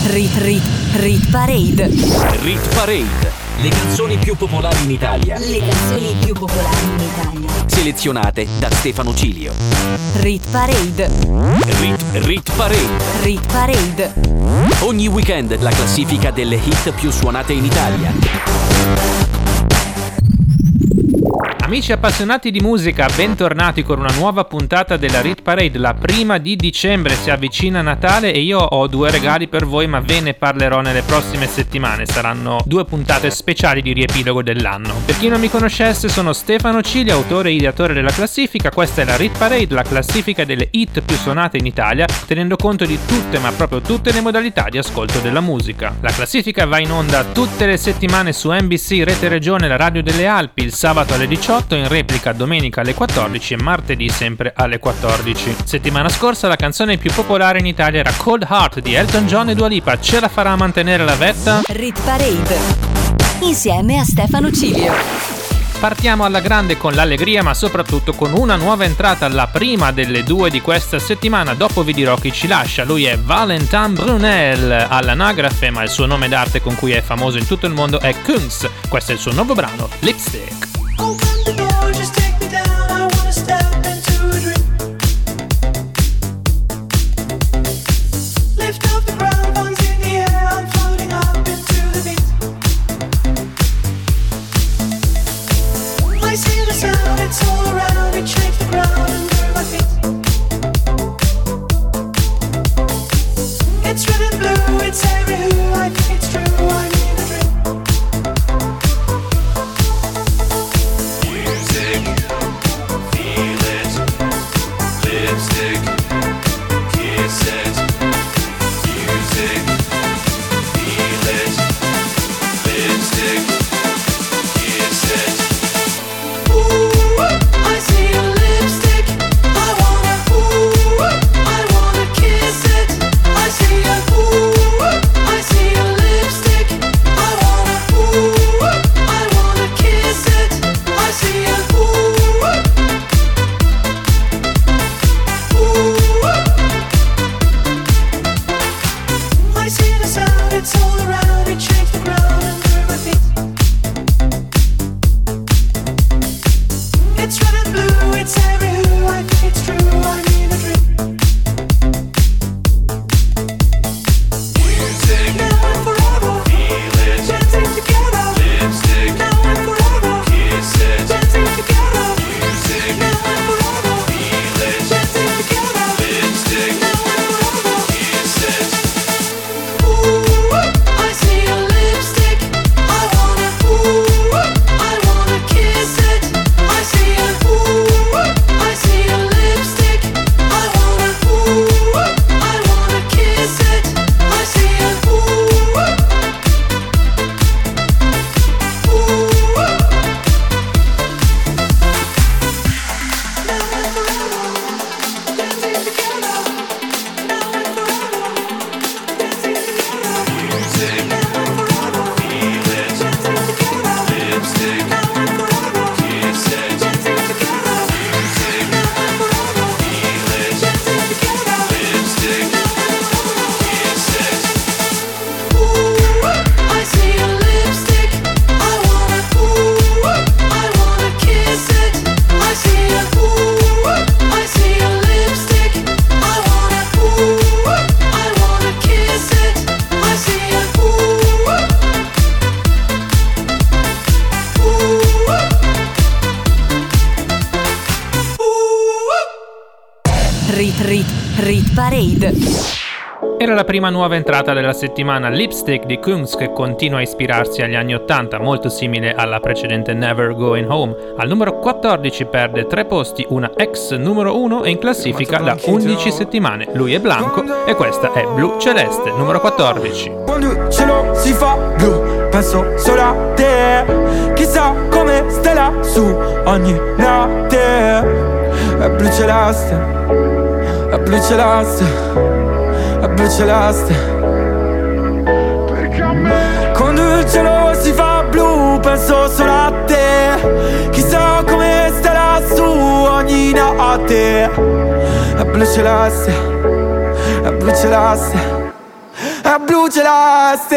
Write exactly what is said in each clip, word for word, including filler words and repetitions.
Rit Rit Rit Parade. Rit Parade. Le canzoni più popolari in Italia. Le canzoni più popolari in Italia. Selezionate da Stefano Cilio. Rit Parade. Rit Rit Parade. Rit Parade. Ogni weekend la classifica delle hit più suonate in Italia. Amici appassionati di musica, bentornati con una nuova puntata della Rit Parade, la prima di dicembre. Si avvicina Natale e io ho due regali per voi, ma ve ne parlerò nelle prossime settimane. Saranno due puntate speciali di riepilogo dell'anno. Per chi non mi conoscesse, sono Stefano Cilio, autore e ideatore della classifica. Questa è la Rit Parade, la classifica delle hit più suonate in Italia, tenendo conto di tutte, ma proprio tutte le modalità di ascolto della musica. La classifica va in onda tutte le settimane su N B C Rete Regione, la radio delle Alpi, il sabato alle diciotto, in replica domenica alle quattordici e martedì sempre alle quattordici. Settimana scorsa la canzone più popolare in Italia era Cold Heart di Elton John e Dua Lipa. Ce la farà a mantenere la vetta? Rit Parade insieme a Stefano Cilio. Partiamo alla grande con l'allegria, ma soprattutto con una nuova entrata, la prima delle due di questa settimana. Dopo vi dirò chi ci lascia. Lui è Valentin Brunel, all'anagrafe, ma il suo nome d'arte con cui è famoso in tutto il mondo è Kungs. Questo è il suo nuovo brano, Lipstick. Open the door, just take me down. I wanna step into a dream. Lift up the brown ones in the air. I'm floating up into the beat. I see the sound, it's all around. It shakes the ground under my feet. It's red and blue, it's every who. I think it's true, I'm in a dream. Rit Parade. Era la prima nuova entrata della settimana, Lipstick di Kungs, che continua a ispirarsi agli anni ottanta, molto simile alla precedente Never Going Home. Al numero quattordici perde tre posti, una ex numero uno, e in classifica da undici settimane. Lui è Blanco e questa è Blu Celeste, numero quattordici. Quando il cielo si fa blu, penso solo a te. Chissà come stai lassù ogni notte. È blu celeste, è blu celeste, è blu celeste. Perché a me quando il cielo si fa blu penso solo a te. Chissà come stai lassù ogni notte. È blu celeste, è blu celeste, è e bruciaste.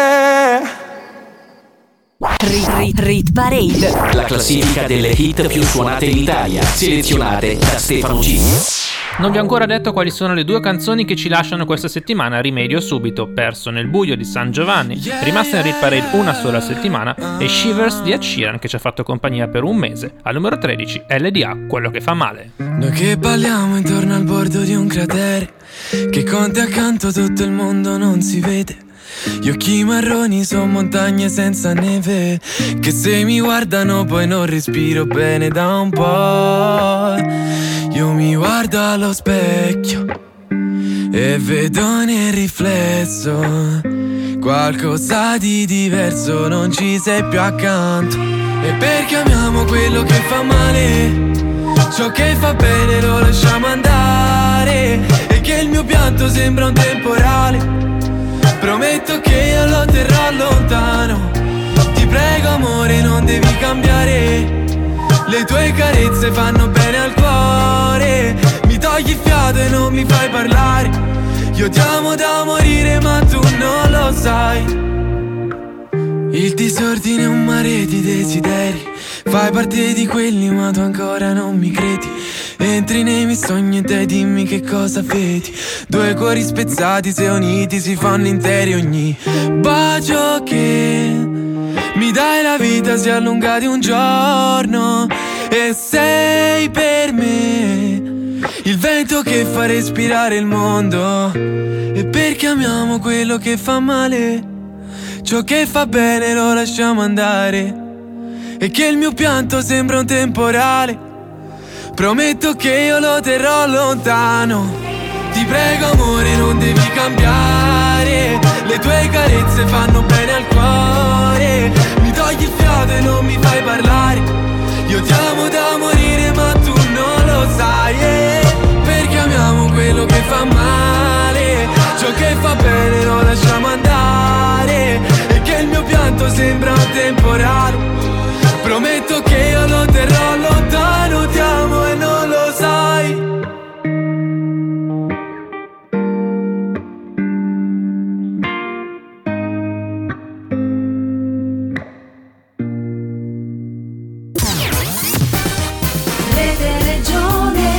Rit, rit, rit Parade. La classifica delle hit più suonate in Italia, selezionate da Stefano G. Non vi ho ancora detto quali sono le due canzoni che ci lasciano questa settimana. Rimedio subito: Perso nel buio di San Giovanni, rimasta in Rit Parade una sola settimana, e Shivers di Ed Sheeran, che ci ha fatto compagnia per un mese. Al numero tredici L D A, Quello che fa male. Noi che balliamo intorno al bordo di un cratere, che con te accanto tutto il mondo non si vede. Gli occhi marroni sono montagne senza neve, che se mi guardano poi non respiro bene da un po'. Io mi guardo allo specchio e vedo nel riflesso qualcosa di diverso, non ci sei più accanto. E perché amiamo quello che fa male, ciò che fa bene lo lasciamo andare, e che il mio pianto sembra un temporale. Prometto che io lo terrò lontano. Ti prego amore, non devi cambiare. Le tue carezze fanno bene al cuore. Mi togli il fiato e non mi fai parlare. Io ti amo da morire ma tu non lo sai. Il disordine è un mare di desideri. Fai parte di quelli ma tu ancora non mi credi. Entri nei miei sogni e te dimmi che cosa vedi. Due cuori spezzati se uniti si fanno interi. Ogni bacio che mi dai la vita si allunga di un giorno. E sei per me il vento che fa respirare il mondo. E perché amiamo quello che fa male, ciò che fa bene lo lasciamo andare, e che il mio pianto sembra un temporale. Prometto che io lo terrò lontano. Ti prego amore, non devi cambiare. Le tue carezze fanno bene al cuore. Mi togli il fiato e non mi fai parlare. Io ti amo da morire ma tu non lo sai, eh. Perché amiamo quello che fa male, ciò che fa bene lo lasciamo andare, e che il mio pianto sembra un temporale. Prometto che io lo terrò lontano. Ti amo e non lo sai. Rete Regione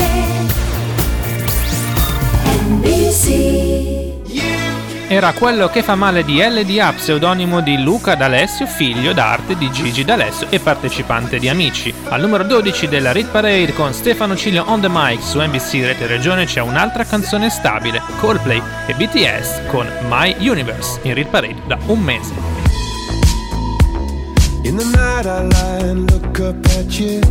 N B C. Era Quello che fa male di L D A, pseudonimo di Luca D'Alessio, figlio d'arte di Gigi D'Alessio e partecipante di Amici. Al numero dodici della Rit Parade con Stefano Cilio on the mic su N B C Rete Regione c'è un'altra canzone stabile, Coldplay e B T S con My Universe, in Rit Parade da un mese. In the night I lie and look up at you.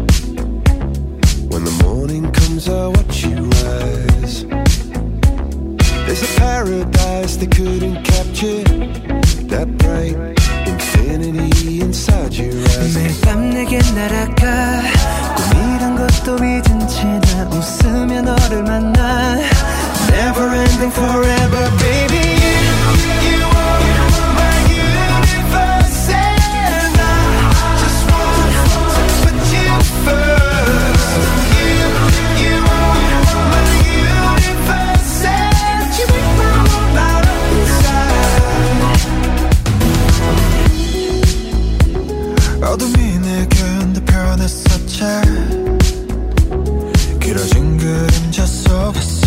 When the morning comes I watch you rise. There's a paradise they couldn't capture, that bright infinity inside your eyes. 매일 밤 내게 날아가 꿈이란 것도 잊은 채 나 웃으며 너를 만나. Never ending forever baby. You, you are my universe and I just want to put you first. You, you are my universe and you make my whole life inside. 어둠이 내게 편했었지. 길어진 그림자 속에서.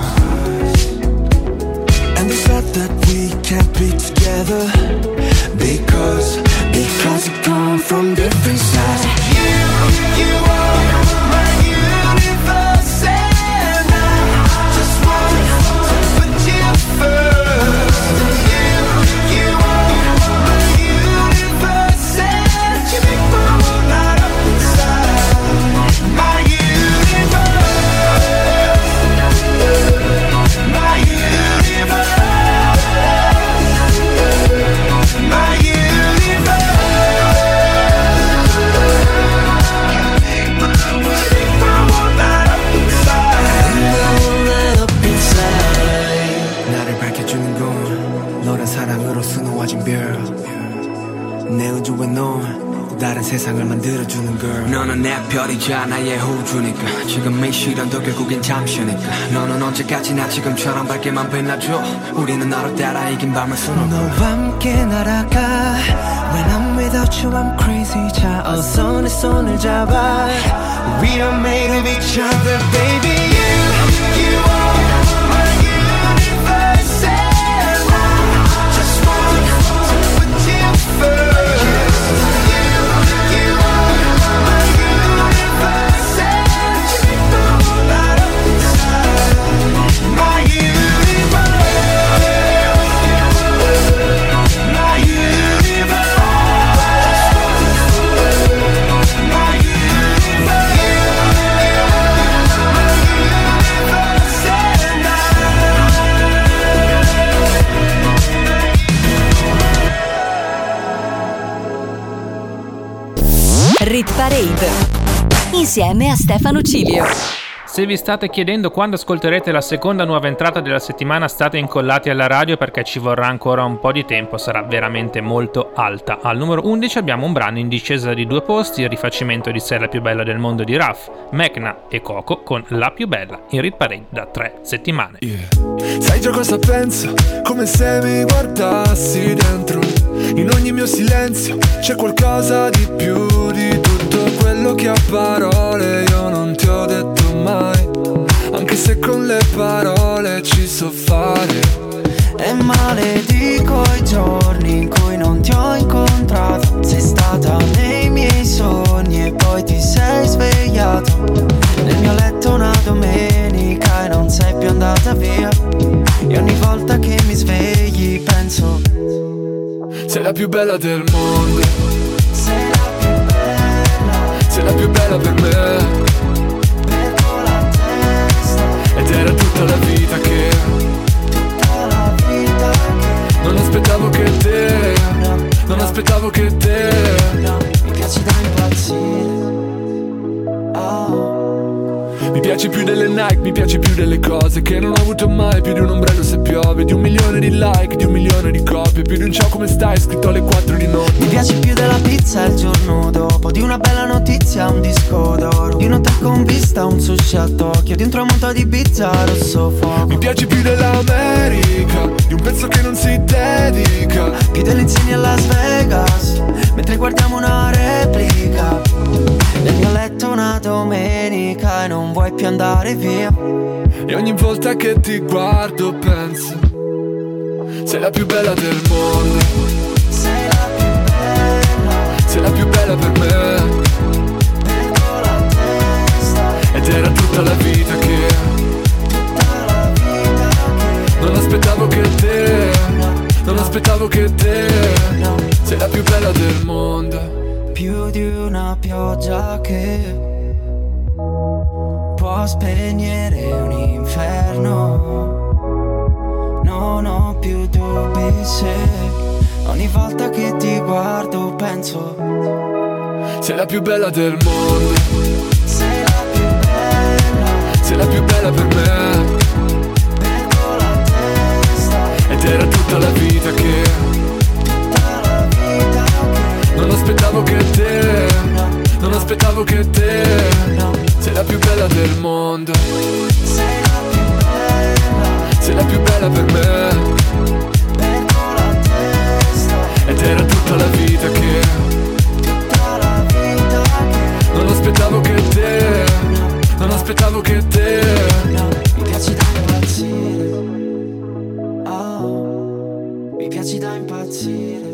And they said that we can't be together Because, because we come from different sides. You, you are my universe and I just want to put you first. You, you are my universe and you make my whole light up inside. My universe, my universe, my universe. Make my whole light up inside. Light up inside. 나를 밝혀주는 건 너란 사랑으로 수놓아진 별. 내 우주에 넌 또 다른 세상을 만들어주는 girl. 너는 내 별이자 나의 호주니까 지금 이 시련도 결국엔 잠시니까 너는 언제까지나 지금처럼 밝게만 빛나줘. 우리는 너로 따라 이긴 밤을 수놓고 너와 함께 날아가. When I'm without you I'm crazy. 자 어서 내 손을 잡아. We are made of each other baby. You, you are my universe and I just want to put you first. You, you are my universe and you know that I'm inside. My universe, my universe. Rit Parade insieme a Stefano Cilio. Se vi state chiedendo quando ascolterete la seconda nuova entrata della settimana, state incollati alla radio perché ci vorrà ancora un po' di tempo, sarà veramente molto alta. Al numero undici abbiamo un brano in discesa di due posti, il rifacimento di Sei la più bella del mondo di Raf, Mecna e Coco con La più bella in Rit Parade da tre settimane. Yeah. Sai già cosa penso? Come se mi guardassi dentro. In ogni mio silenzio c'è qualcosa di più di tutto quello che a parole io non ti ho detto mai. Anche se con le parole ci so fare. E maledico i giorni in cui non ti ho incontrato. Sei stata nei miei sogni e poi ti sei svegliato nel mio letto una domenica e non sei più andata via. E ogni volta che mi svegli penso sei la più bella del mondo. Sei la più bella. Sei la più bella per me. Perdo la testa. Ed era tutta la vita che Tutta la vita che non aspettavo che te no, Non no, aspettavo che te no, mi piaci da impazzire. Oh. Mi piaci più delle Nike, mi piaci più delle cose che non ho avuto mai. Più di un ombrello se piove, di un milione di like, di un milione di copie. Più di un ciao come stai scritto alle quattro di notte. Mi piaci più della pizza il giorno dopo, di una bella notizia un disco d'oro, di un hotel con vista un sushi a Tokyo, di un tramonto di pizza rosso fuoco. Mi piaci più dell'America, di un pezzo che non si dedica, più delle insegne a Las Vegas mentre guardiamo una replica. Nel mio letto una domenica e non vuoi più andare via. E ogni volta che ti guardo penso sei la più bella del mondo. Sei la più bella. Sei la più bella per me. Perdo la testa. Ed era tutta la vita che Tutta la vita che non aspettavo che te no, Non no, aspettavo che te no. Sei la più bella del mondo. Più di una pioggia che può spegnere un inferno. Non ho più dubbi se ogni volta che ti guardo penso sei la più bella del mondo. Sei la più bella. Sei la più bella per me. Perdo la testa. Ed era tutta la vita che Tutta la vita che non aspettavo che te no, Non aspettavo che te no. Sei la più bella del mondo. Sei la più bella. Sei la più bella per me. Perdo la testa. Ed era tutta la vita che Tutta la vita che non aspettavo che te Non aspettavo che te no, mi piaci da impazzire. Oh, mi piaci da impazzire.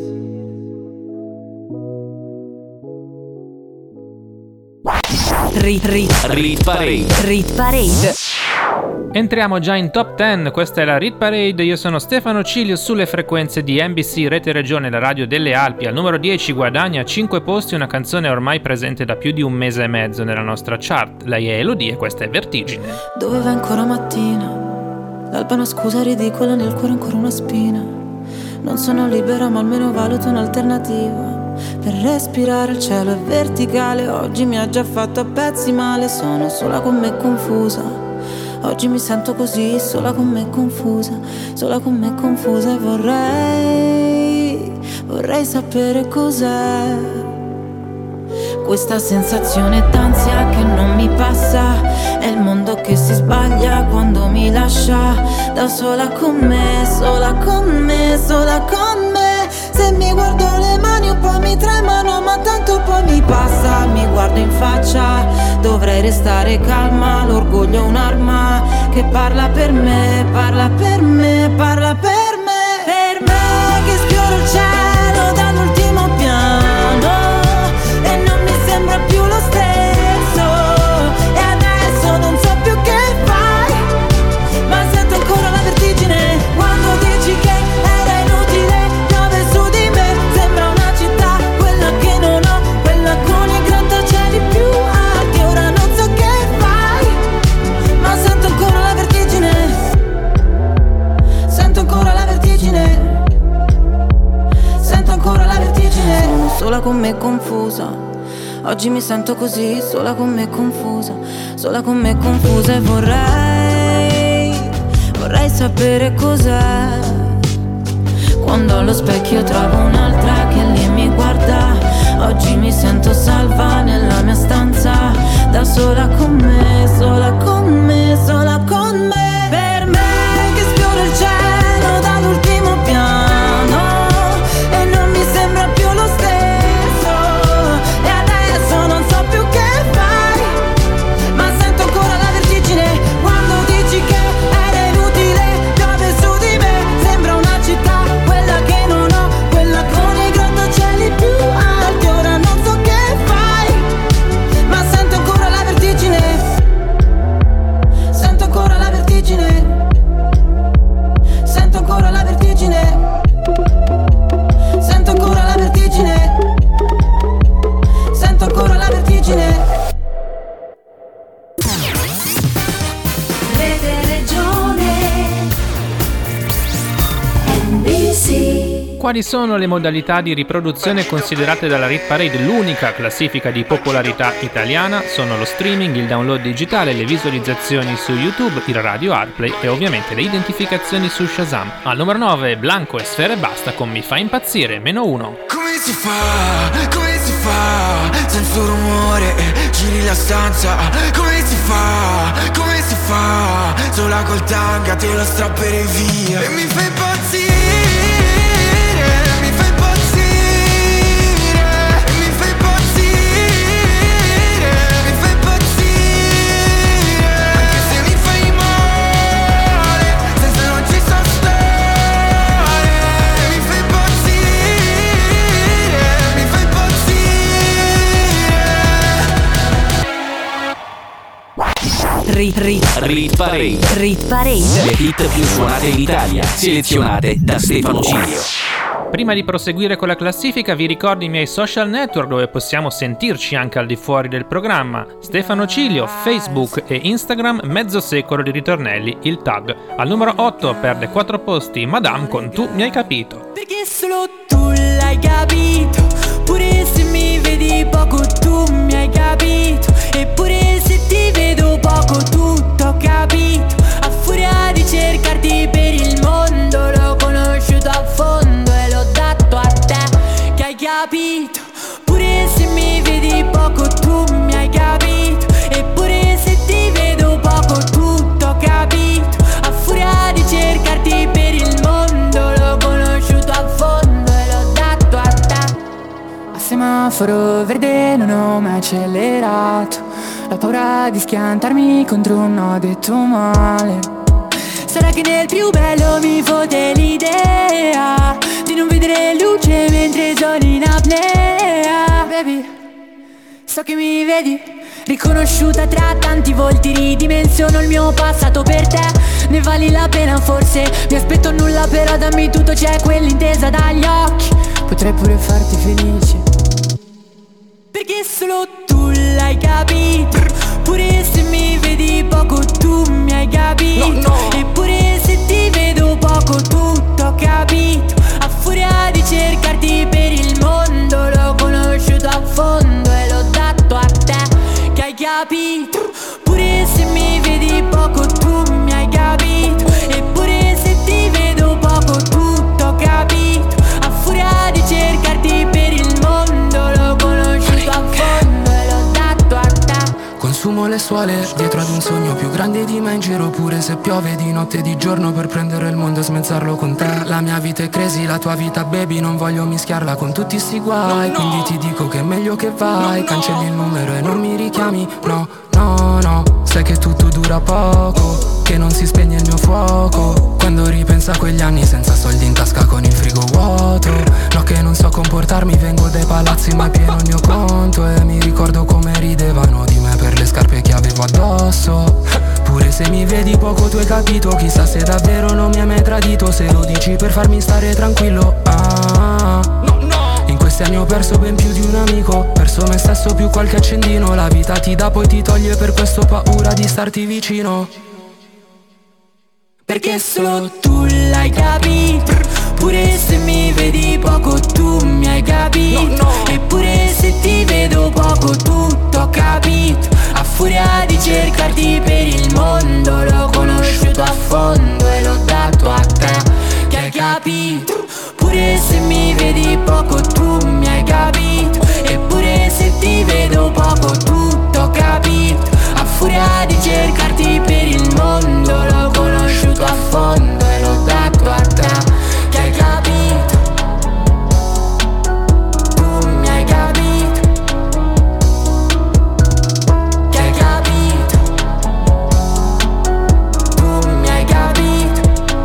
Rit Rit Rit Parade. Rit Parade. Entriamo già in top dieci, questa è la Rit Parade, io sono Stefano Cilio sulle frequenze di N B C Rete Regione, la radio delle Alpi. Al numero dieci guadagna cinque posti una canzone ormai presente da più di un mese e mezzo nella nostra chart. Lei è Elodie e questa è Vertigine. Dove vai ancora mattina? L'alba è una scusa ridicola, nel cuore ancora una spina. Non sono libera ma almeno valuto un'alternativa. Per respirare il cielo è verticale, oggi mi ha già fatto a pezzi male. Sono sola con me confusa, oggi mi sento così, sola con me confusa, sola con me confusa. E vorrei, vorrei sapere cos'è questa sensazione d'ansia che non mi passa. È il mondo che si sbaglia quando mi lascia da sola con me, sola con me, sola con me. Se mi guardo le mani un po' mi tremano, ma tanto poi mi passa. Mi guardo in faccia, dovrei restare calma. L'orgoglio è un'arma che parla per me, parla per me, parla per me. Per me che sfioro il cielo dall'ultimo piano e non mi sembra più lo stesso. E adesso non so più che fai, ma sento ancora la vertigine quando dici che era inutile. Piove su di me, sembra una città, quella che non ho, quella con i grattacieli più alti. Ora non so che fai, ma sento ancora la vertigine. Sento ancora la vertigine. Sento ancora la vertigine. Sono sola con me confusa. Oggi mi sento così, sola con me confusa. Sola con me confusa e vorrei, vorrei sapere cos'è. Quando allo specchio trovo un'altra che lì mi guarda. Oggi mi sento salva nella mia stanza, da sola con me, sola con me, sola con me. Per me che sfioro il cielo dall'ultimo piano e non mi sembra più lo stesso. E adesso non so più che fai, ma sento ancora la vertigine quando dici che era inutile. Piove su di me, sembra una città, quella che non ho, quella con i grattacieli più alti. Ora non so che fai, ma sento ancora la vertigine. Sento ancora la vertigine. Sento ancora la vertigine. Sento ancora la vertigine. Sento ancora la vertigine. Rete Regione N B C. Quali sono le modalità di riproduzione considerate dalla Rit Parade l'unica classifica di popolarità italiana? Sono lo streaming, il download digitale, le visualizzazioni su YouTube, il radio Airplay e ovviamente le identificazioni su Shazam. Al numero nove, Blanco e Sfera Ebbasta con Mi fa impazzire, meno uno. Come si fa, come si fa, senza un rumore, giri la stanza. Come si fa, come si fa, sola col tanga te lo strapperei via. E mi fai impazzire, mi fai impazzire, mi fai impazzire, mi fai impazzire. Anche se mi fai male, senza non ci so stare. Mi fai impazzire, mi fai impazzire. Rit, rit, Rit Parade. Rit Parade. Le hit più suonate in Italia, selezionate da Stefano Cilio. Prima di proseguire con la classifica vi ricordo i miei social network dove possiamo sentirci anche al di fuori del programma. Stefano Cilio, Facebook e Instagram, mezzo secolo di ritornelli, il tag. Al numero otto perde quattro posti Madame con Tu mi hai capito. Perché solo tu l'hai capito, pure se mi vedi poco tu mi hai capito. Eppure se ti vedo poco tutto ho capito. A furia di cercarti per il mondo l'ho conosciuto a fondo e l'ho dato a te che hai capito. Pure se mi vedi poco tu mi hai capito. Eppure se ti vedo poco tutto ho capito. A furia di cercarti per il mondo l'ho conosciuto a fondo e l'ho dato a te. A semaforo verde non ho mai accelerato. La paura di schiantarmi contro un no detto male. Sarà che nel più bello mi fotte l'idea di non vedere luce mentre sono in apnea. Baby, so che mi vedi, riconosciuta tra tanti volti. Ridimensiono il mio passato per te, ne vali la pena forse. Mi aspetto nulla però dammi tutto, c'è quell'intesa dagli occhi. Potrei pure farti felice, perché solo tu l'hai capito. Pure se mi vedi poco tu mi hai capito. No, no. Eppure se ti vedo poco tutto ho capito. A furia di cercarti per il mondo l'ho conosciuto a fondo e l'ho dato a te che hai capito. Pure se mi vedi poco tu mi hai capito. Eppure se ti vedo poco tutto ho capito. A furia di cercarti per il mondo l'ho conosciuto a fondo suole, dietro ad un sogno più grande di me in giro. Pure se piove di notte e di giorno per prendere il mondo e smezzarlo con te. La mia vita è crazy, la tua vita baby, non voglio mischiarla con tutti sti guai. No, no. Quindi ti dico che è meglio che vai, no, cancelli il numero e non mi richiami. No, no, no, sai che tutto dura poco, che non si spegne il mio fuoco. Quando ripenso a quegli anni senza soldi in tasca con il frigo vuoto. No, che non so comportarmi, vengo dai palazzi ma è pieno il mio conto. E mi ricordo come ridevano di me per le scarpe che avevo addosso. Pure se mi vedi poco tu hai capito, chissà se davvero non mi hai mai tradito. Se lo dici per farmi stare tranquillo. Ah, no, no. In questi anni ho perso ben più di un amico, perso me stesso più qualche accendino. La vita ti dà poi ti toglie, per questo ho paura di starti vicino. Perché solo tu l'hai capito. Pure se mi vedi poco tu mi hai capito. No, no. Eppure se ti vedo poco tutto ho capito. A furia di cercarti per il mondo l'ho conosciuto a fondo e l'ho dato a te, che hai capito. Pure se mi vedi poco tu mi hai capito. Eppure se ti vedo poco tutto ho capito. A furia di cercarti per il mondo l'ho conosciuto a fondo e l'ho dato a te, che hai capito. Tu mi hai capito. Che hai capito. Tu mi hai capito.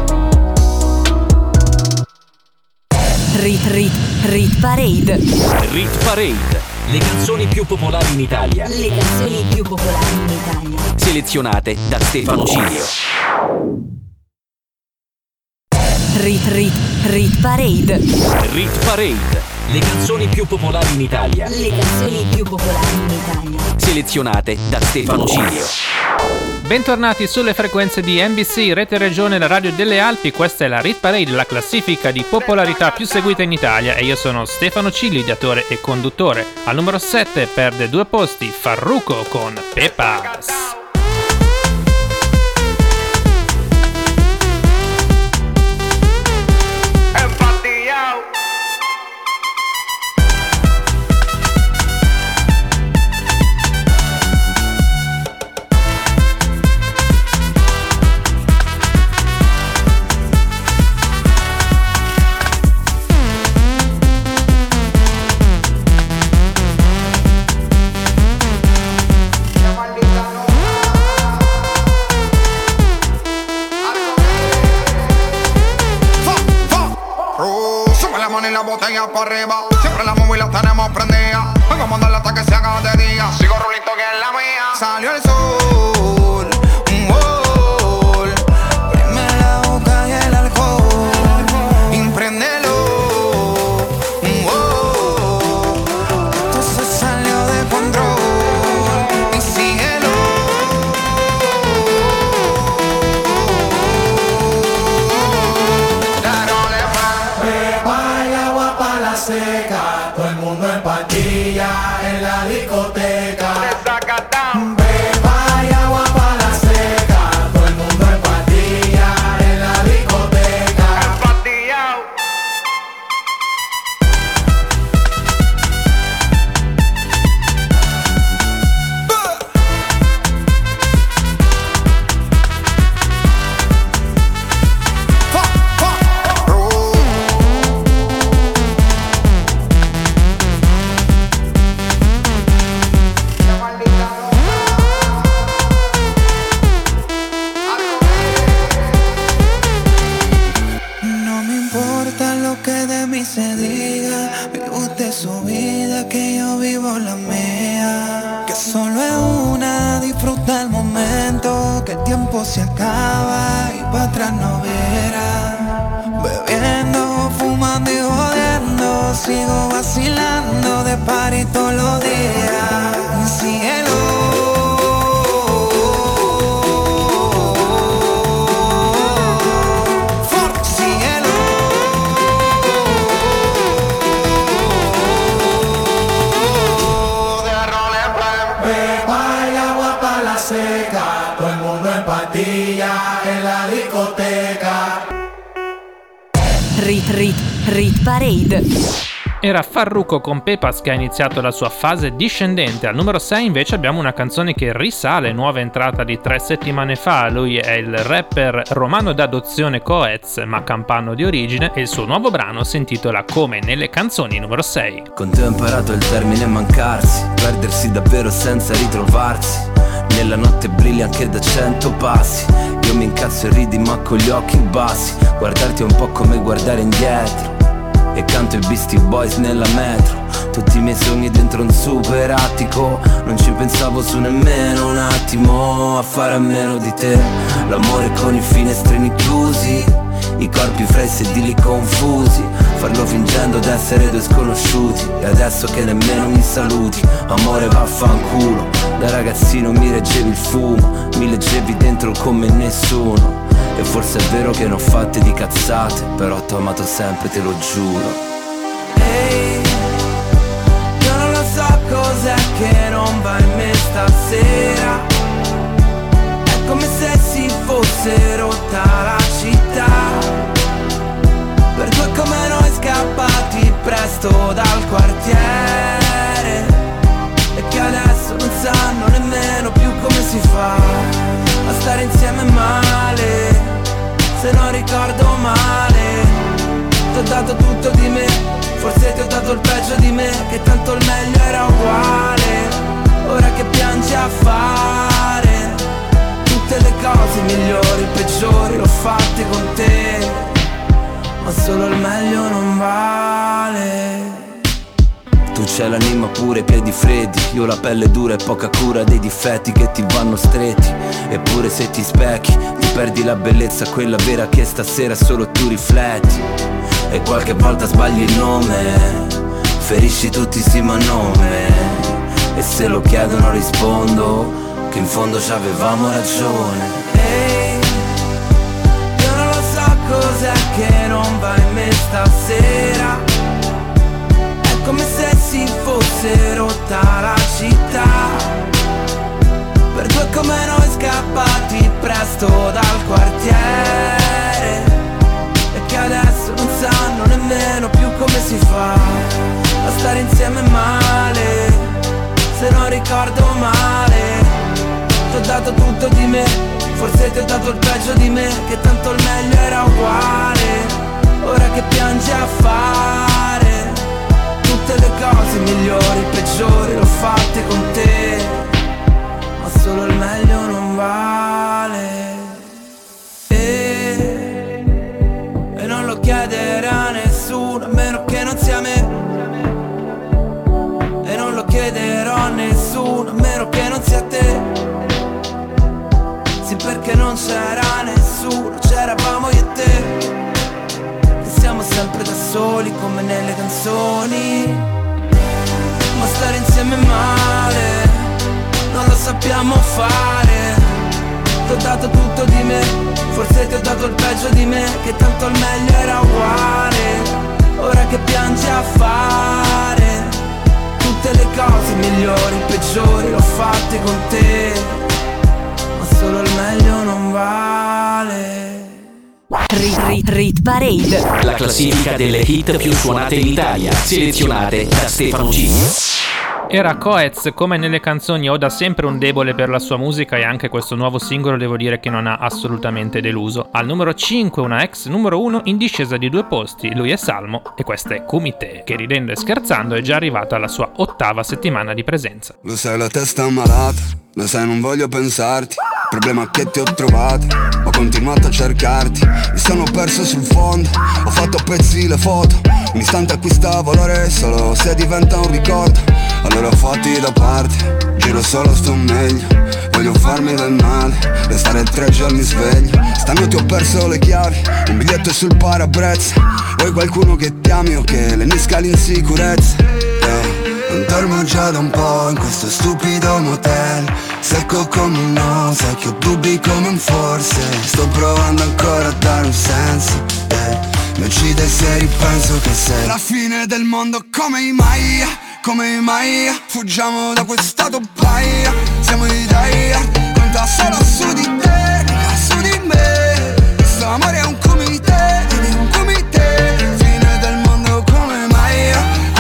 Rit Rit Rit Parade. Rit Parade, le canzoni più popolari in Italia. Le canzoni più popolari in Italia. Selezionate da Stefano Cilio. Rit Rit Rit Parade. Rit Parade, le canzoni più popolari in Italia. Le canzoni più popolari in Italia. Selezionate da Stefano Cilio. Bentornati sulle frequenze di N B C, Rete Regione, la radio delle Alpi. Questa è la Rit Parade, la classifica di popolarità più seguita in Italia, e io sono Stefano Cilli, ideatore e conduttore. Al numero sette perde due posti Farruko con Pepas. La botella para arriba, siempre la móvil la tenemos prendida. Vengo a mandarla hasta que se haga de día. Sigo rulito que es la mía. Salió el sol, un gol. Prime la boca y el alcohol. Impréndelo, un gol. Esto se salió de control. Y síguelo. Seca, todo el mundo en pastilla en la discoteca. Beba y agua para la seca, todo el mundo en pastilla en la discoteca. Se acaba y para atrás no verás. Bebiendo, fumando y jodiendo, sigo vacilando de party todos los días. Síguelo. Síguelo. De roles, beba y agua para la seca. Todo el mundo en pastilla en la discoteca. Rit Rit Rit Parade. Era Farruko con Pepas che ha iniziato la sua fase discendente. Al numero sei invece abbiamo una canzone che risale, nuova entrata di tre settimane fa. Lui è il rapper romano d'adozione Coez, ma campano di origine, e il suo nuovo brano si intitola Come nelle canzoni, numero sei. Con te ho imparato il termine mancarsi, perdersi davvero senza ritrovarsi. Nella notte brilli anche da cento passi. Io mi incazzo e ridi ma con gli occhi bassi. Guardarti è un po' come guardare indietro, e canto i Beastie Boys nella metro. Tutti i miei sogni dentro un super attico. Non ci pensavo su nemmeno un attimo a fare a meno di te. L'amore con i finestrini chiusi, i corpi fra i sedili confusi. Farlo fingendo d'essere due sconosciuti, e adesso che nemmeno mi saluti. Amore vaffanculo, da ragazzino mi reggevi il fumo, mi leggevi dentro come nessuno. E forse è vero che ne ho fatte di cazzate, però t'ho amato sempre, te lo giuro. Ehi, io non lo so cos'è che non va in me stasera. È come se si fosse rotta la città, per due come noi scappati presto dal quartiere, e che adesso non sanno nemmeno più come si fa a stare insieme male. Se non ricordo male, ti ho dato tutto di me, forse ti ho dato il peggio di me, che tanto il meglio era uguale. Ora che piangi a fare tutte le cose migliori, peggiori, l'ho fatte con te, ma solo il meglio non vale. Tu c'hai l'anima pure, piedi freddi, io la pelle dura e poca cura dei difetti che ti vanno stretti. Eppure se ti specchi, ti perdi la bellezza, quella vera che stasera solo tu rifletti. E qualche volta sbagli il nome, ferisci tutti sì ma nome. E se lo chiedono rispondo che in fondo ci avevamo ragione. Ehi, io non lo so cos'è che non va in me stasera. Come se si fosse rotta la città, per due come noi scappati presto dal quartiere, e che adesso non sanno nemmeno più come si fa a stare insieme male. Se non ricordo male, ti ho dato tutto di me, forse ti ho dato il peggio di me, che tanto il meglio era uguale. Ora che piangi a fare tutte le cose migliori, peggiori, l'ho fatte con te, ma solo il meglio non vale. E, e non lo chiederà nessuno, a meno che non sia me. E non lo chiederò a nessuno, a meno che non sia te. Sì, perché non c'era nessuno, c'eravamo io e te. Siamo sempre da soli come nelle canzoni, ma stare insieme male non lo sappiamo fare. Ti ho dato tutto di me, forse ti ho dato il peggio di me, che tanto il meglio era uguale. Ora che piangi a fare tutte le cose migliori, peggiori, l'ho fatte con te, ma solo il meglio non vale. Rit, rit, rit Parade, la classifica delle hit più suonate in Italia, selezionate da Stefano G. Era Coez, come nelle canzoni. Ho da sempre un debole per la sua musica, e anche questo nuovo singolo devo dire che non ha assolutamente deluso. Al numero cinque una ex numero uno in discesa di due posti, lui è Salmo e questa è Kumite, che ridendo e scherzando è già arrivata alla sua ottava settimana di presenza. Lo sai, la testa è malata, lo sai, non voglio pensarti. Il problema è che ti ho trovato, ho continuato a cercarti, mi sono perso sul fondo, ho fatto a pezzi le foto. Un istante acquista valore solo se diventa un ricordo. Allora fatti da parte, giro solo sto meglio. Voglio farmi del male, restare tre giorni sveglio. Stanotte ho perso le chiavi, un biglietto sul parabrezza. Vuoi qualcuno che ti ami o che lenisca l'insicurezza? Yeah. Non dormo già da un po' in questo stupido motel, secco come un no, sai che ho dubbi come un forse. Sto provando ancora a dare un senso, eh. Mi uccide se ripenso che sei la fine del mondo come i Maya, come i Maya. Fuggiamo da questa paia, siamo i die, conta solo su di te, su di me. Questo amore è un comité, un comité. Fine del mondo come Maya,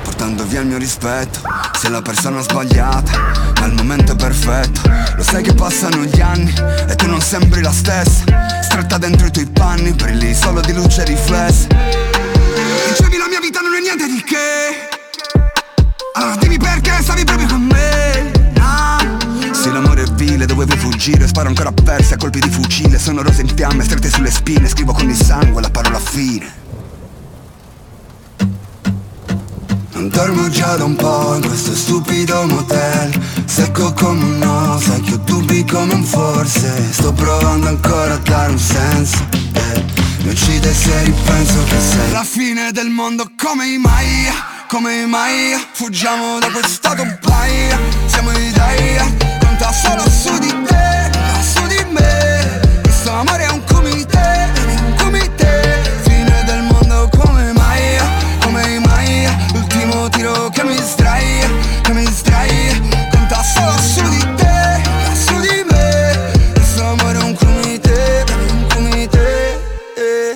portando via il mio rispetto. Sei la persona sbagliata, ma il momento è perfetto. Lo sai che passano gli anni e tu non sembri la stessa. Stretta dentro i tuoi panni, brilli solo di luce riflessa. Dicevi la mia vita non è niente di che, allora dimmi perché stavi proprio con me. Ah. Se l'amore è vile, dovevo fuggire. Sparo ancora a persi a colpi di fucile. Sono rose in fiamme, strette sulle spine. Scrivo con il sangue la parola fine. Non dormo già da un po' in questo stupido motel, secco come un no, sai che ho dubbi come un forse. Sto provando ancora a dare un senso, eh. Mi uccide se ripenso che sei la fine del mondo come i Maya, come i Maya. Fuggiamo da questa compagnia, siamo i dai, conta solo su di te, su di me. Questo amore è un comité, un comité. Fine del mondo come Maya, come i Maya. L'ultimo tiro che mi distrae, che mi distrae. Conta solo su di te, su di me. Questo amore è un comité, un comité, eh.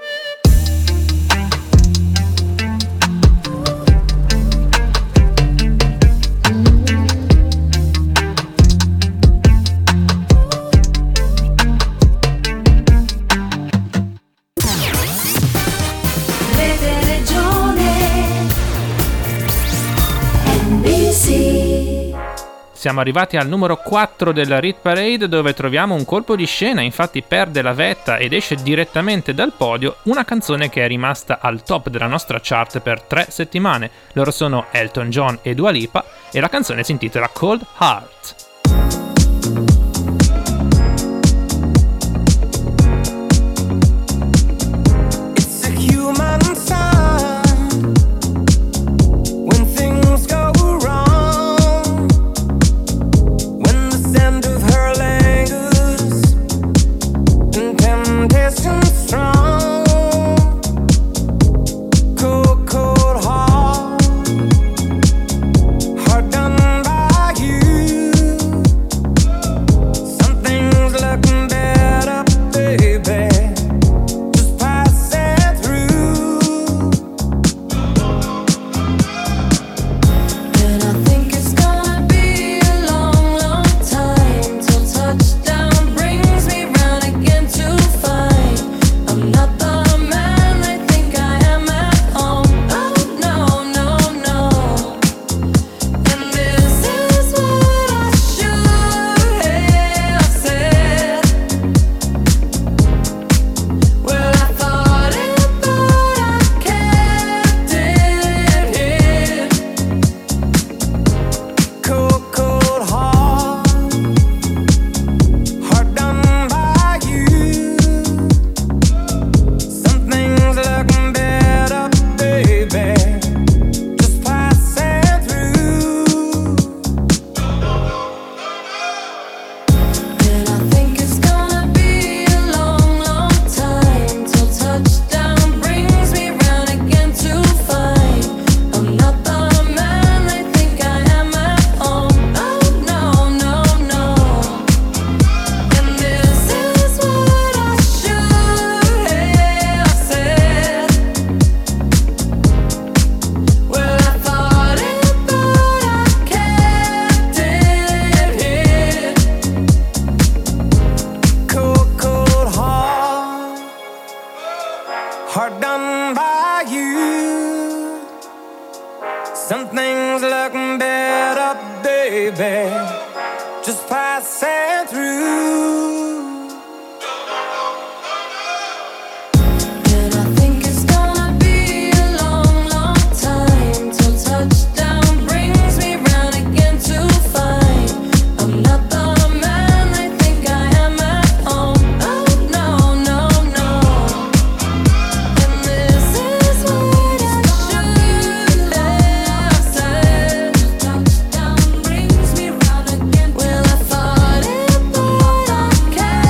Rete Regione N B C. Siamo arrivati al numero quattro della Hit Parade, dove troviamo un colpo di scena. Infatti perde la vetta ed esce direttamente dal podio una canzone che è rimasta al top della nostra chart per tre settimane. Loro sono Elton John e Dua Lipa e la canzone si intitola Cold Heart. It's a human sign when things go wrong, when the scent of her lingers and temptation strong. Cold, cold heart, heart done by you. Something's looking better, baby. Just passing through. And I think it's gonna be a long, long time till touchdown brings me round again to find I'm not the man I think I am at home. Oh no, no, no. And this is what I should have said. Well, I thought it, but I kept it hid. Cold, cold heart, heart done by you. Something's looking better, baby. Just passing through. And I think it's gonna be a long, long time till touchdown brings me round again to find I'm not the man I think I am at home. Oh no, no, no. And this is what I should have said. Well, I thought it, but I kept it hid. Cold, cold heart, heart done by you. Something's looking better, baby. Just passing through. And I think it's gonna be a long, long time till touchdown brings me round again to find I'm not the man I think I am at home. Oh no, no, no. And this is what I should have said. Touchdown brings me round again. Well, I thought it, but I kept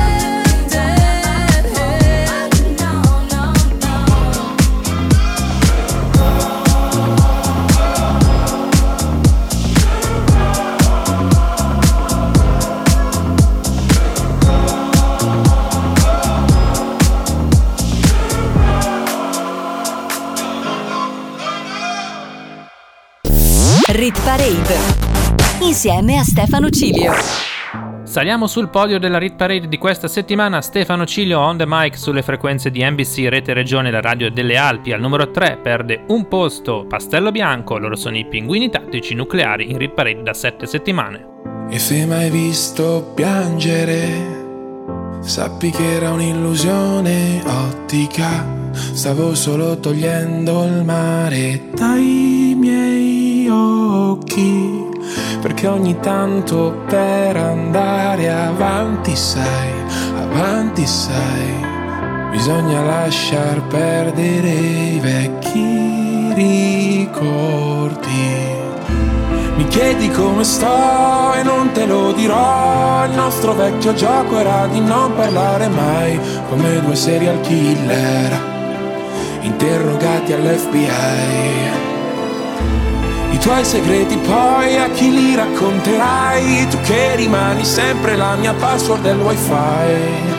Rit Parade insieme a Stefano Cilio. Saliamo sul podio della Rit Parade di questa settimana. Stefano Cilio on the mic sulle frequenze di N B C Rete Regione, la radio delle Alpi. Al numero tre perde un posto Pastello Bianco, loro sono i Pinguini Tattici Nucleari in Rit Parade da sette settimane. E se mai visto piangere, sappi che era un'illusione ottica, stavo solo togliendo il mare dai miei occhi, perché ogni tanto per andare avanti sai, avanti sai, bisogna lasciar perdere i vecchi ricordi. Mi chiedi come sto e non te lo dirò, il nostro vecchio gioco era di non parlare mai, come due serial killer interrogati all'F B I. I tuoi segreti poi a chi li racconterai, tu che rimani sempre la mia password del wifi,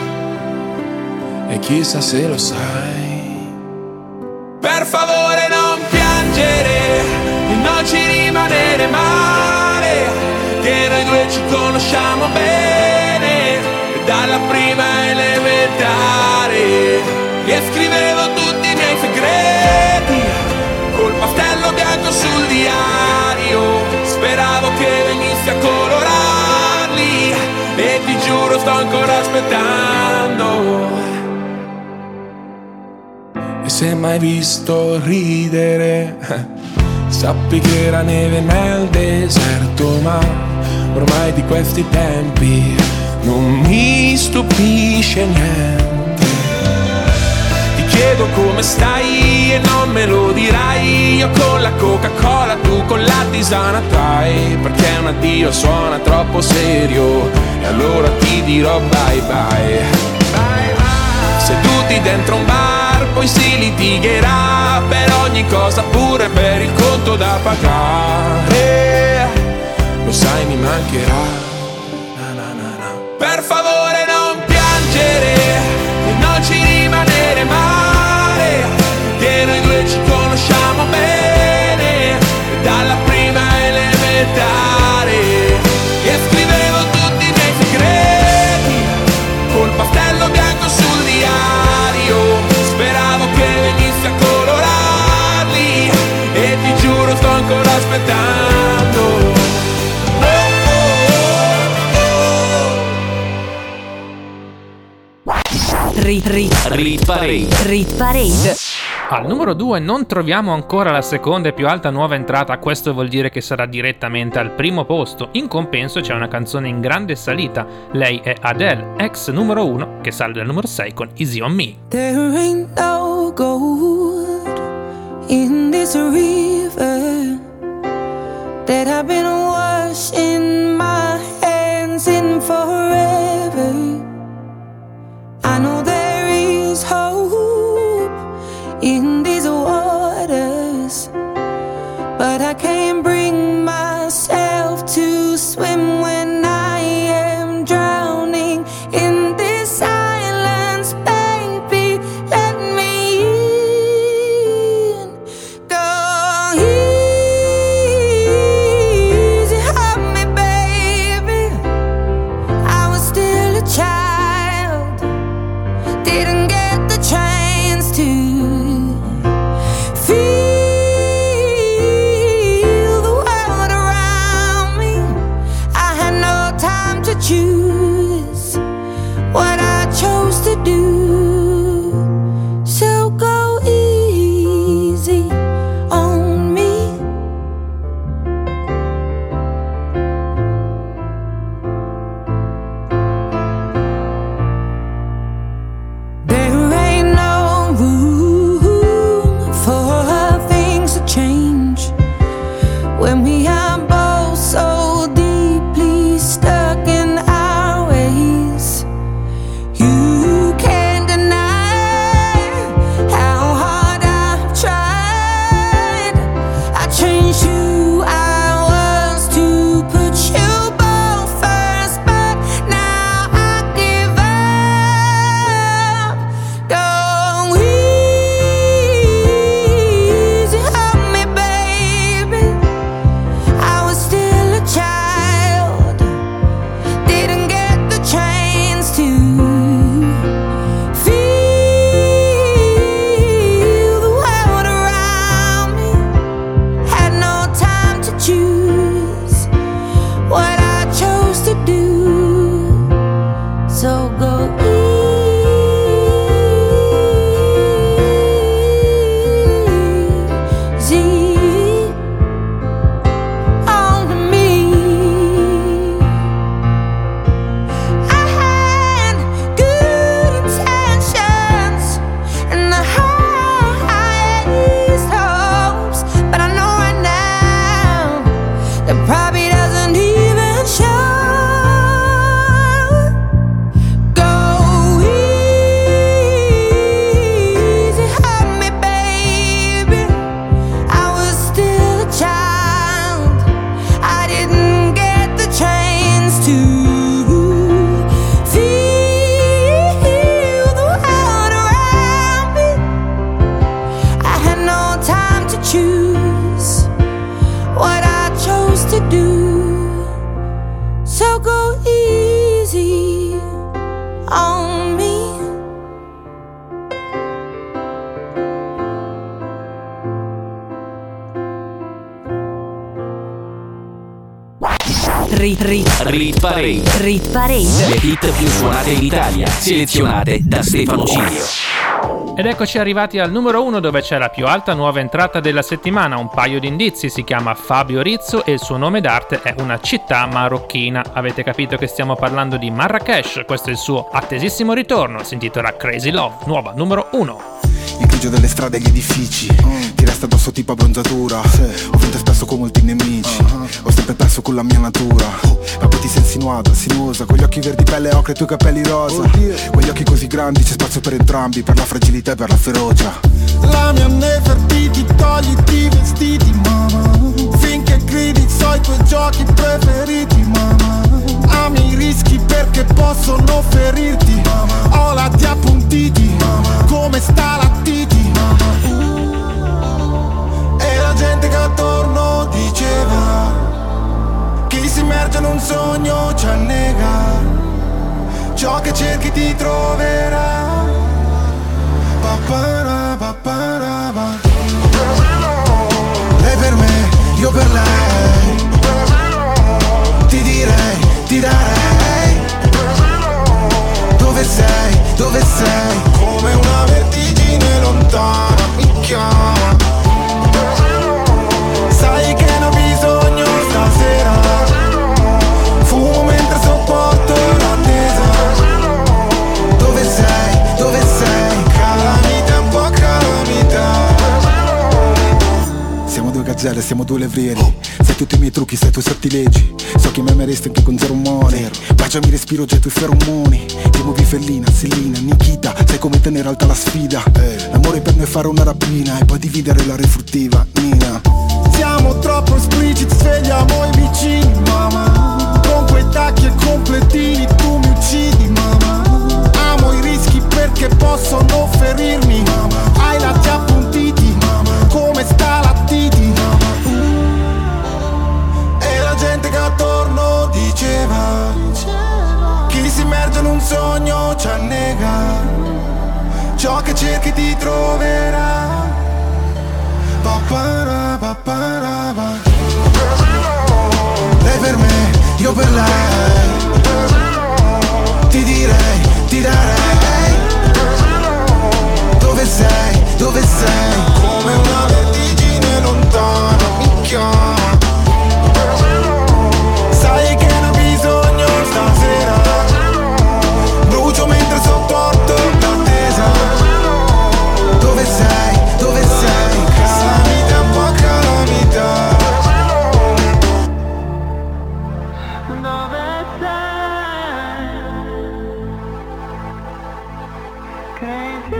e chissà se lo sai. Per favore non piangere e non ci rimanere male, che noi due ci conosciamo bene dalla prima elementare, e scrivevo tutti i miei segreti col pastello bianco sul diario, speravo che venissi a colorarli e ti giuro sto ancora aspettando. E se mai visto ridere, sappi che era neve nel deserto, ma ormai di questi tempi non mi stupisce niente. Ti chiedo come stai e non me lo dirai, io con la Coca-Cola, tu con la tisana trai, perché un addio suona troppo serio e allora ti dirò bye bye. Bye bye. Seduti dentro un bar poi si litigherà per ogni cosa, pure per il conto da pagare, lo sai mi mancherà. Na, na, na, na. Per favore non piangere e non ci rimanere male, che noi due ci conosciamo bene dalla prima elementare, e scrivevo tutti i miei segreti col pastello bianco sul diario, speravo che venissi a colorarli e ti giuro sto ancora aspettando. Rit, rit, Rit Parade. Rit Parade. Al numero due non troviamo ancora la seconda e più alta nuova entrata, questo vuol dire che sarà direttamente al primo posto. In compenso c'è una canzone in grande salita, lei è Adele, ex numero uno, che sale dal numero sei con Easy on Me. There ain't no gold in this river that I've been washing my hands in forever. I know there is hope in these waters, but I can't bring myself to swim when I am drowning in this silence. Baby, let me in. Go easy on me, baby. I was still a child, didn't get the chance to feel the world around me. I had no time to choose what I chose to do. So go easy on me. There ain't no room for things to change when we are both so deeply stuck in our ways. You can't deny how hard I've tried. I changed who I was to put you both first, but now I give up. Go easy on me, baby. It probably doesn't even show. Go easy on me, baby. I was still a child. I didn't get the chance to feel the world around me. I had no time to choose what I chose to do. So go easy on me. Rit, rit, Rit Parade. Rit Parade. Le hit più suonate in Italia, selezionate da Stefano Cilio. Ed eccoci arrivati al numero uno, dove c'è la più alta nuova entrata della settimana. Un paio di indizi: si chiama Fabio Rizzo e il suo nome d'arte è una città marocchina. Avete capito che stiamo parlando di Marrakesh. Questo è il suo attesissimo ritorno, si intitola Crazy Love, nuova numero uno. Il grigio delle strade e gli edifici mm. ti resta addosso tipo abbronzatura, sì. Ho vinto spesso con molti nemici, uh-huh. Ho sempre perso con la mia natura, uh. Ma poi ti sei insinuata, sinuosa, con gli occhi verdi, pelle ocre e i tuoi capelli rosa, oh, quegli occhi così grandi, c'è spazio per entrambi, per la fragilità e per la ferocia. La mia Nefertiti, togliti i vestiti, mamma, finché gridi so i tuoi giochi preferiti, mamma. Ami i rischi perché possono ferirti, mamma. Ho lati appuntiti, mamma. Come sta la titi, mamma. uh. E la gente che attorno diceva: chi si immerge in un sogno ci annega, ciò che cerchi ti troverà. Papara, papara, pa. Lei per me, io per lei, ti direi, ti darei. Dove sei, dove sei? Come una vertigine lontana mi chiama. Sai che ne ho bisogno stasera. Fumo mentre sopporto l'attesa. Dove sei, dove sei? Calamita, un po' calamita. Siamo due gazzelle, siamo due levrieri. Sai tutti i miei trucchi, sai i tuoi sortilegi. So che mi ameresti anche con zero money. Baciami, respiro già i tuoi feromoni. Ti muovi fellina, Selina, Nikita. Sai come tenere alta la sfida. L'amore per noi è fare una rapina e poi dividere la refruttiva, Nina. Siamo troppo espliciti, svegliamo i vicini, mamma. Con quei tacchi e completini tu mi uccidi, mamma. Amo i rischi perché possono ferirmi, mamma. Hai lati appuntiti, mamma. Come sta la titi, mamma. E la gente che attorno diceva: chi si immerge in un sogno ci annega, ciò che cerchi ti troverà. Papara, papara, pa. Lei per me, io per lei, ti direi, ti darei. Dove sei, dove sei? Come una vertigine lontana mi chiama. Sai che ne ho bisogno stasera. Brucio mentre sopporto l'attesa. Dove sei, dove sei? Calamita, un po' calamita. Dove sei? Crazy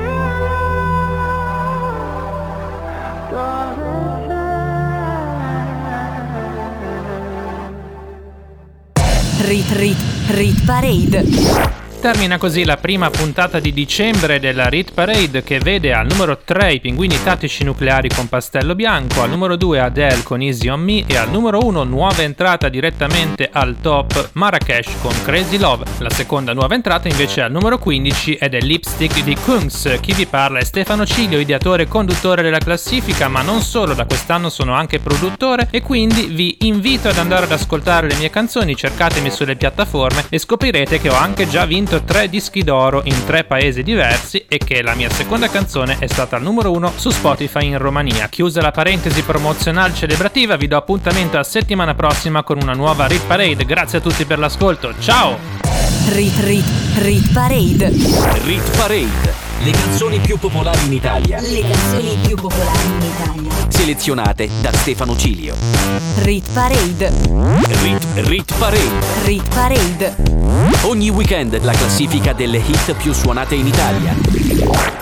Rit, rit, Rit Parade. Termina così la prima puntata di dicembre della Rit Parade, che vede al numero tre i Pinguini Tattici Nucleari con Pastello Bianco, al numero due Adele con Easy on Me e al numero uno, nuova entrata direttamente al top, Marrakesh con Crazy Love. La seconda nuova entrata invece è al numero quindici ed è Lipstick di Kungs. Chi vi parla è Stefano Cilio, ideatore e conduttore della classifica, ma non solo, da quest'anno sono anche produttore e quindi vi invito ad andare ad ascoltare le mie canzoni. Cercatemi sulle piattaforme e scoprirete che ho anche già vinto tre dischi d'oro in tre paesi diversi e che la mia seconda canzone è stata al numero uno su Spotify in Romania. Chiusa la parentesi promozionale celebrativa, vi do appuntamento a settimana prossima con una nuova Rit Parade. Grazie a tutti per l'ascolto, ciao! Rit Rit Rit Parade. Rit Parade. Le canzoni più popolari in Italia. Le canzoni più popolari in Italia. Selezionate da Stefano Cilio. Rit Parade. Rit, Rit Parade. Rit Parade. Ogni weekend la classifica delle hit più suonate in Italia.